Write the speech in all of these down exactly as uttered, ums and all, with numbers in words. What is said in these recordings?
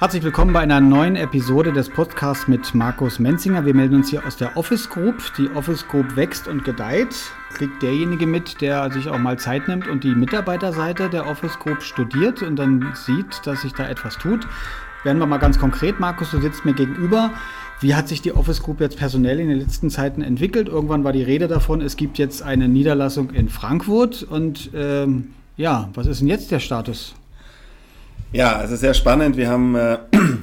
Herzlich willkommen bei einer neuen Episode des Podcasts mit Markus Menzinger. Wir melden uns hier aus der Office Group. Die Office Group wächst und gedeiht. Kriegt derjenige mit, der sich auch mal Zeit nimmt und die Mitarbeiterseite der Office Group studiert und dann sieht, dass sich da etwas tut. Werden wir mal ganz konkret, Markus, du sitzt mir gegenüber. Wie hat sich die Office Group jetzt personell in den letzten Zeiten entwickelt? Irgendwann war die Rede davon, es gibt jetzt eine Niederlassung in Frankfurt. Und ähm, ja, was ist denn jetzt der Status? Ja, also sehr spannend. Wir haben äh,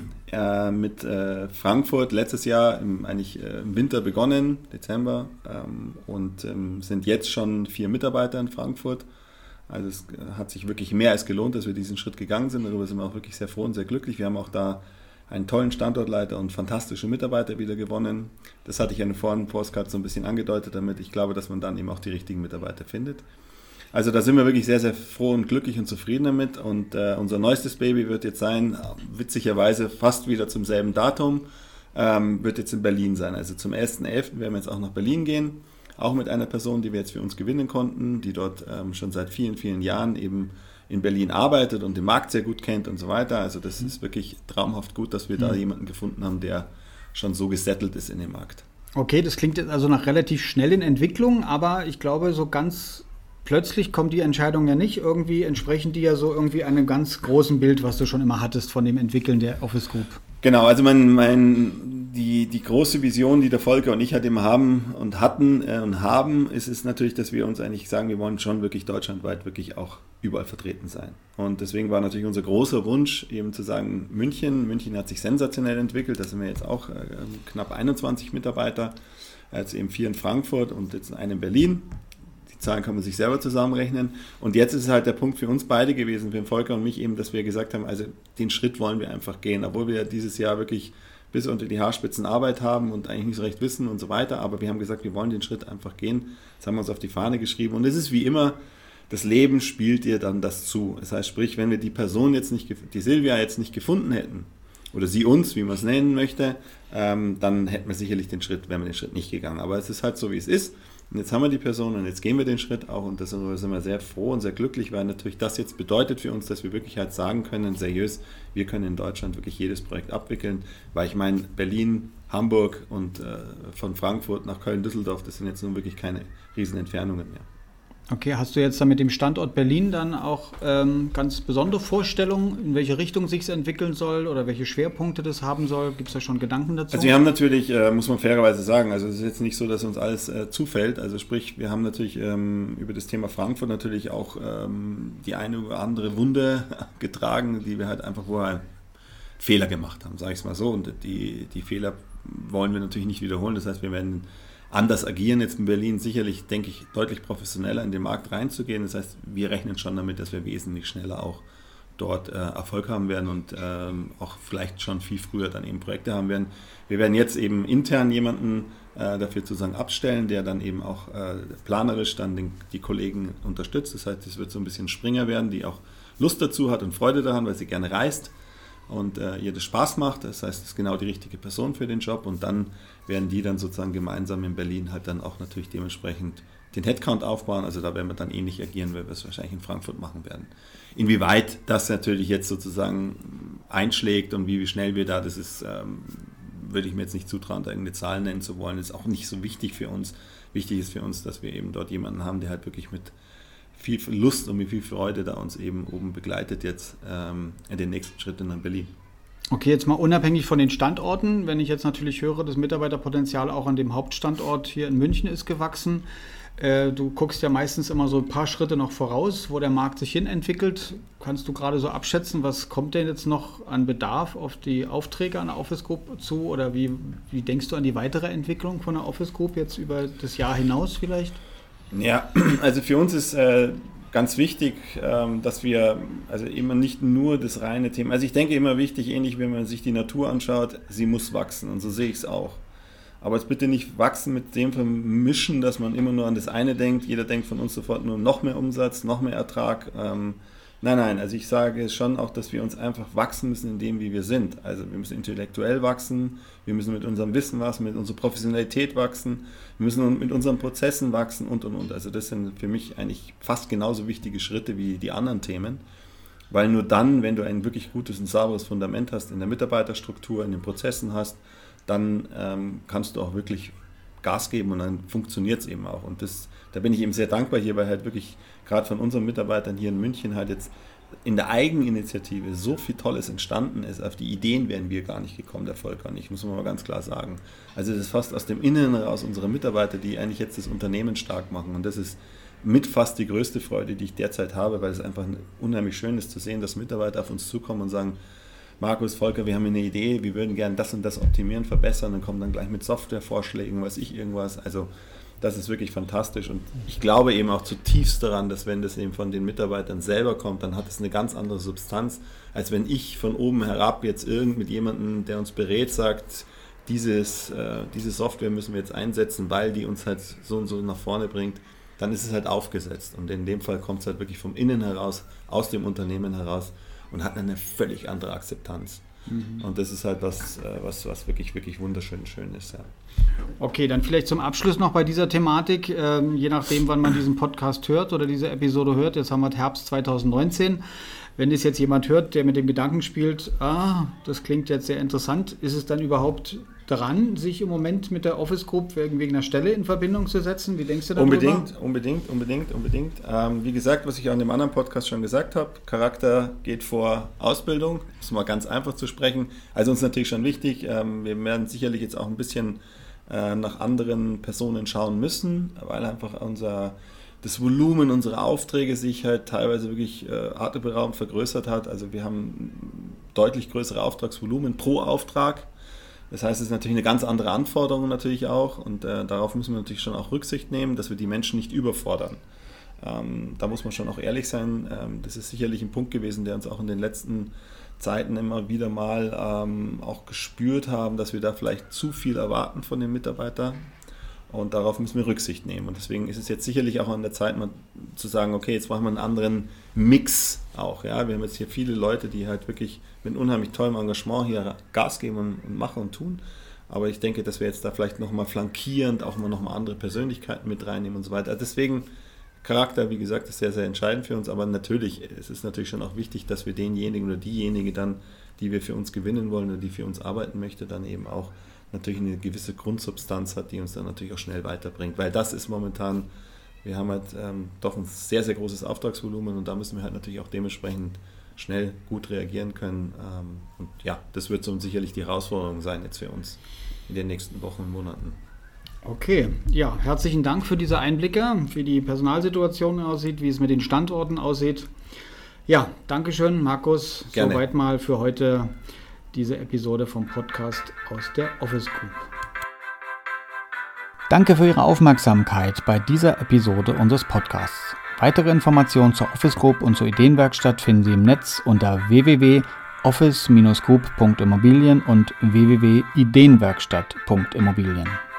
äh, mit äh, Frankfurt letztes Jahr im, eigentlich äh, im Winter begonnen, Dezember, ähm, und ähm, sind jetzt schon vier Mitarbeiter in Frankfurt. Also es hat sich wirklich mehr als gelohnt, dass wir diesen Schritt gegangen sind. Darüber sind wir auch wirklich sehr froh und sehr glücklich. Wir haben auch da einen tollen Standortleiter und fantastische Mitarbeiter wieder gewonnen. Das hatte ich ja in der vorigen Postcard so ein bisschen angedeutet damit. Ich glaube, dass man dann eben auch die richtigen Mitarbeiter findet. Also da sind wir wirklich sehr, sehr froh und glücklich und zufrieden damit. Und äh, unser neuestes Baby wird jetzt sein, witzigerweise fast wieder zum selben Datum, ähm, wird jetzt in Berlin sein. Also zum ersten elften werden wir jetzt auch nach Berlin gehen. Auch mit einer Person, die wir jetzt für uns gewinnen konnten, die dort ähm, schon seit vielen, vielen Jahren eben in Berlin arbeitet und den Markt sehr gut kennt und so weiter. Also das ist wirklich traumhaft gut, dass wir da jemanden gefunden haben, der schon so gesettelt ist in dem Markt. Okay, das klingt jetzt also nach relativ schnellen Entwicklungen, aber ich glaube, so ganz plötzlich kommt die Entscheidung ja nicht. Irgendwie entsprechen die ja so irgendwie einem ganz großen Bild, was du schon immer hattest von dem Entwickeln der Office Group. Genau, also mein, mein, die, die große Vision, die der Volker und ich halt immer haben und hatten äh, und haben, ist es natürlich, dass wir uns eigentlich sagen, wir wollen schon wirklich deutschlandweit wirklich auch überall vertreten sein. Und deswegen war natürlich unser großer Wunsch, eben zu sagen, München. München hat sich sensationell entwickelt, da sind wir jetzt auch äh, knapp einundzwanzig Mitarbeiter, jetzt eben vier in Frankfurt und jetzt einen in Berlin. Zahlen kann man sich selber zusammenrechnen. Und jetzt ist es halt der Punkt für uns beide gewesen, für den Volker und mich eben, dass wir gesagt haben, also den Schritt wollen wir einfach gehen, obwohl wir dieses Jahr wirklich bis unter die Haarspitzen Arbeit haben und eigentlich nicht so recht wissen und so weiter, aber wir haben gesagt, wir wollen den Schritt einfach gehen. Das haben wir uns auf die Fahne geschrieben und es ist wie immer, das Leben spielt dir dann das zu. Das heißt, sprich, wenn wir die Person jetzt nicht, die Silvia jetzt nicht gefunden hätten, oder sie uns, wie man es nennen möchte, ähm, dann hätten wir sicherlich den Schritt, wären wir den Schritt nicht gegangen. Aber es ist halt so, wie es ist. Und jetzt haben wir die Person und jetzt gehen wir den Schritt auch und deswegen sind wir sehr froh und sehr glücklich, weil natürlich das jetzt bedeutet für uns, dass wir wirklich halt sagen können, seriös, wir können in Deutschland wirklich jedes Projekt abwickeln, weil ich meine, Berlin, Hamburg und äh, von Frankfurt nach Köln, Düsseldorf, das sind jetzt nun wirklich keine riesen Entfernungen mehr. Okay, hast du jetzt da mit dem Standort Berlin dann auch ähm, ganz besondere Vorstellungen, in welche Richtung sich es entwickeln soll oder welche Schwerpunkte das haben soll? Gibt es da schon Gedanken dazu? Also wir haben natürlich, äh, muss man fairerweise sagen, also es ist jetzt nicht so, dass uns alles äh, zufällt. Also sprich, wir haben natürlich ähm, über das Thema Frankfurt natürlich auch ähm, die eine oder andere Wunde getragen, die wir halt einfach vorher Fehler gemacht haben, sage ich es mal so. Und die, die Fehler wollen wir natürlich nicht wiederholen. Das heißt, wir werden anders agieren, jetzt in Berlin sicherlich, denke ich, deutlich professioneller in den Markt reinzugehen. Das heißt, wir rechnen schon damit, dass wir wesentlich schneller auch dort äh, Erfolg haben werden und ähm, auch vielleicht schon viel früher dann eben Projekte haben werden. Wir werden jetzt eben intern jemanden äh, dafür sozusagen abstellen, der dann eben auch äh, planerisch dann den, die Kollegen unterstützt. Das heißt, es wird so ein bisschen Springer werden, die auch Lust dazu hat und Freude daran, weil sie gerne reist und äh, ihr das Spaß macht. Das heißt, es ist genau die richtige Person für den Job und dann werden die dann sozusagen gemeinsam in Berlin halt dann auch natürlich dementsprechend den Headcount aufbauen. Also da werden wir dann ähnlich agieren, wie wir es wahrscheinlich in Frankfurt machen werden. Inwieweit das natürlich jetzt sozusagen einschlägt und wie, wie schnell wir da, das ist, ähm, würde ich mir jetzt nicht zutrauen, da irgendeine Zahl nennen zu wollen. Das ist auch nicht so wichtig für uns. Wichtig ist für uns, dass wir eben dort jemanden haben, der halt wirklich mit viel Lust und mit viel Freude da uns eben oben begleitet jetzt ähm, in den nächsten Schritten nach Berlin. Okay, jetzt mal unabhängig von den Standorten, wenn ich jetzt natürlich höre, das Mitarbeiterpotenzial auch an dem Hauptstandort hier in München ist gewachsen. Äh, du guckst ja meistens immer so ein paar Schritte noch voraus, wo der Markt sich hin entwickelt. Kannst du gerade so abschätzen, was kommt denn jetzt noch an Bedarf auf die Aufträge an der Office Group zu? Oder wie, wie denkst du an die weitere Entwicklung von der Office Group jetzt über das Jahr hinaus vielleicht? Ja, also für uns ist äh, ganz wichtig, ähm, dass wir also immer nicht nur das reine Thema, also ich denke immer wichtig, ähnlich wenn man sich die Natur anschaut, sie muss wachsen und so sehe ich es auch. Aber es bitte nicht wachsen mit dem vermischen, dass man immer nur an das eine denkt, jeder denkt von uns sofort nur noch mehr Umsatz, noch mehr Ertrag. Ähm, nein, nein, also ich sage schon auch, dass wir uns einfach wachsen müssen in dem, wie wir sind. Also wir müssen intellektuell wachsen, wir müssen mit unserem Wissen wachsen, mit unserer Professionalität wachsen, wir müssen mit unseren Prozessen wachsen und, und, und. Also das sind für mich eigentlich fast genauso wichtige Schritte wie die anderen Themen. weil nur dann, wenn du ein wirklich gutes und sauberes Fundament hast in der Mitarbeiterstruktur, in den Prozessen hast, dann ähm, kannst du auch wirklich Gas geben und dann funktioniert es eben auch. Und das, da bin ich eben sehr dankbar hier, weil halt wirklich gerade von unseren Mitarbeitern hier in München halt jetzt in der Eigeninitiative so viel Tolles entstanden ist. Auf die Ideen wären wir gar nicht gekommen, der Volker nicht, muss man mal ganz klar sagen. Also das ist fast aus dem Inneren heraus unsere Mitarbeiter, die eigentlich jetzt das Unternehmen stark machen. Und das ist mit fast die größte Freude, die ich derzeit habe, weil es einfach unheimlich schön ist zu sehen, dass Mitarbeiter auf uns zukommen und sagen, Markus, Volker, wir haben eine Idee, wir würden gerne das und das optimieren, verbessern, und kommen dann gleich mit Softwarevorschlägen, weiß ich irgendwas. Also das ist wirklich fantastisch, und ich glaube eben auch zutiefst daran, dass wenn das eben von den Mitarbeitern selber kommt, dann hat es eine ganz andere Substanz, als wenn ich von oben herab jetzt irgend mit jemandem, der uns berät, sagt, dieses, äh, diese Software müssen wir jetzt einsetzen, weil die uns halt so und so nach vorne bringt. Dann ist es halt aufgesetzt, und in dem Fall kommt es halt wirklich vom Innen heraus, aus dem Unternehmen heraus, und hat eine völlig andere Akzeptanz. Mhm. Und das ist halt was, was, was wirklich, wirklich wunderschön schön ist. Ja. Okay, dann vielleicht zum Abschluss noch bei dieser Thematik, ähm, je nachdem, wann man diesen Podcast hört oder diese Episode hört, jetzt haben wir Herbst zwanzig neunzehn. Wenn das jetzt jemand hört, der mit dem Gedanken spielt, ah, das klingt jetzt sehr interessant, ist es dann überhaupt dran, sich im Moment mit der Office Group wegen einer Stelle in Verbindung zu setzen? Wie denkst du darüber? Unbedingt, unbedingt, unbedingt, unbedingt. Ähm, wie gesagt, was ich auch in dem anderen Podcast schon gesagt habe, Charakter geht vor Ausbildung, ist mal ganz einfach zu sprechen. Also uns natürlich schon wichtig, ähm, wir werden sicherlich jetzt auch ein bisschen äh, nach anderen Personen schauen müssen, weil einfach unser das Volumen unserer Aufträge sich halt teilweise wirklich äh, atemberaubend vergrößert hat. Also wir haben deutlich größere Auftragsvolumen pro Auftrag. Das heißt, es ist natürlich eine ganz andere Anforderung natürlich auch, und äh, darauf müssen wir natürlich schon auch Rücksicht nehmen, dass wir die Menschen nicht überfordern. Ähm, da muss man schon auch ehrlich sein. Ähm, das ist sicherlich ein Punkt gewesen, der uns auch in den letzten Zeiten immer wieder mal ähm, auch gespürt haben, dass wir da vielleicht zu viel erwarten von den Mitarbeitern. Und darauf müssen wir Rücksicht nehmen. Und deswegen ist es jetzt sicherlich auch an der Zeit, mal zu sagen, okay, jetzt brauchen wir einen anderen Mix auch. Ja? Wir haben jetzt hier viele Leute, die halt wirklich mit unheimlich tollem Engagement hier Gas geben und, und machen und tun. Aber ich denke, dass wir jetzt da vielleicht nochmal flankierend auch mal nochmal andere Persönlichkeiten mit reinnehmen und so weiter. Also deswegen, Charakter, wie gesagt, ist sehr, sehr entscheidend für uns. Aber natürlich, es ist natürlich schon auch wichtig, dass wir denjenigen oder diejenige dann, die wir für uns gewinnen wollen oder die für uns arbeiten möchte, dann eben auch natürlich eine gewisse Grundsubstanz hat, die uns dann natürlich auch schnell weiterbringt. Weil das ist momentan, wir haben halt ähm, doch ein sehr, sehr großes Auftragsvolumen, und da müssen wir halt natürlich auch dementsprechend schnell gut reagieren können. Ähm, und ja, das wird so sicherlich die Herausforderung sein jetzt für uns in den nächsten Wochen und Monaten. Okay, ja, herzlichen Dank für diese Einblicke, wie die Personalsituation aussieht, wie es mit den Standorten aussieht. Ja, Dankeschön, Markus. Gerne. Soweit mal für heute diese Episode vom Podcast aus der Office Group. Danke für Ihre Aufmerksamkeit bei dieser Episode unseres Podcasts. Weitere Informationen zur Office Group und zur Ideenwerkstatt finden Sie im Netz unter w w w punkt office Bindestrich group punkt immobilien und w w w punkt ideenwerkstatt punkt immobilien.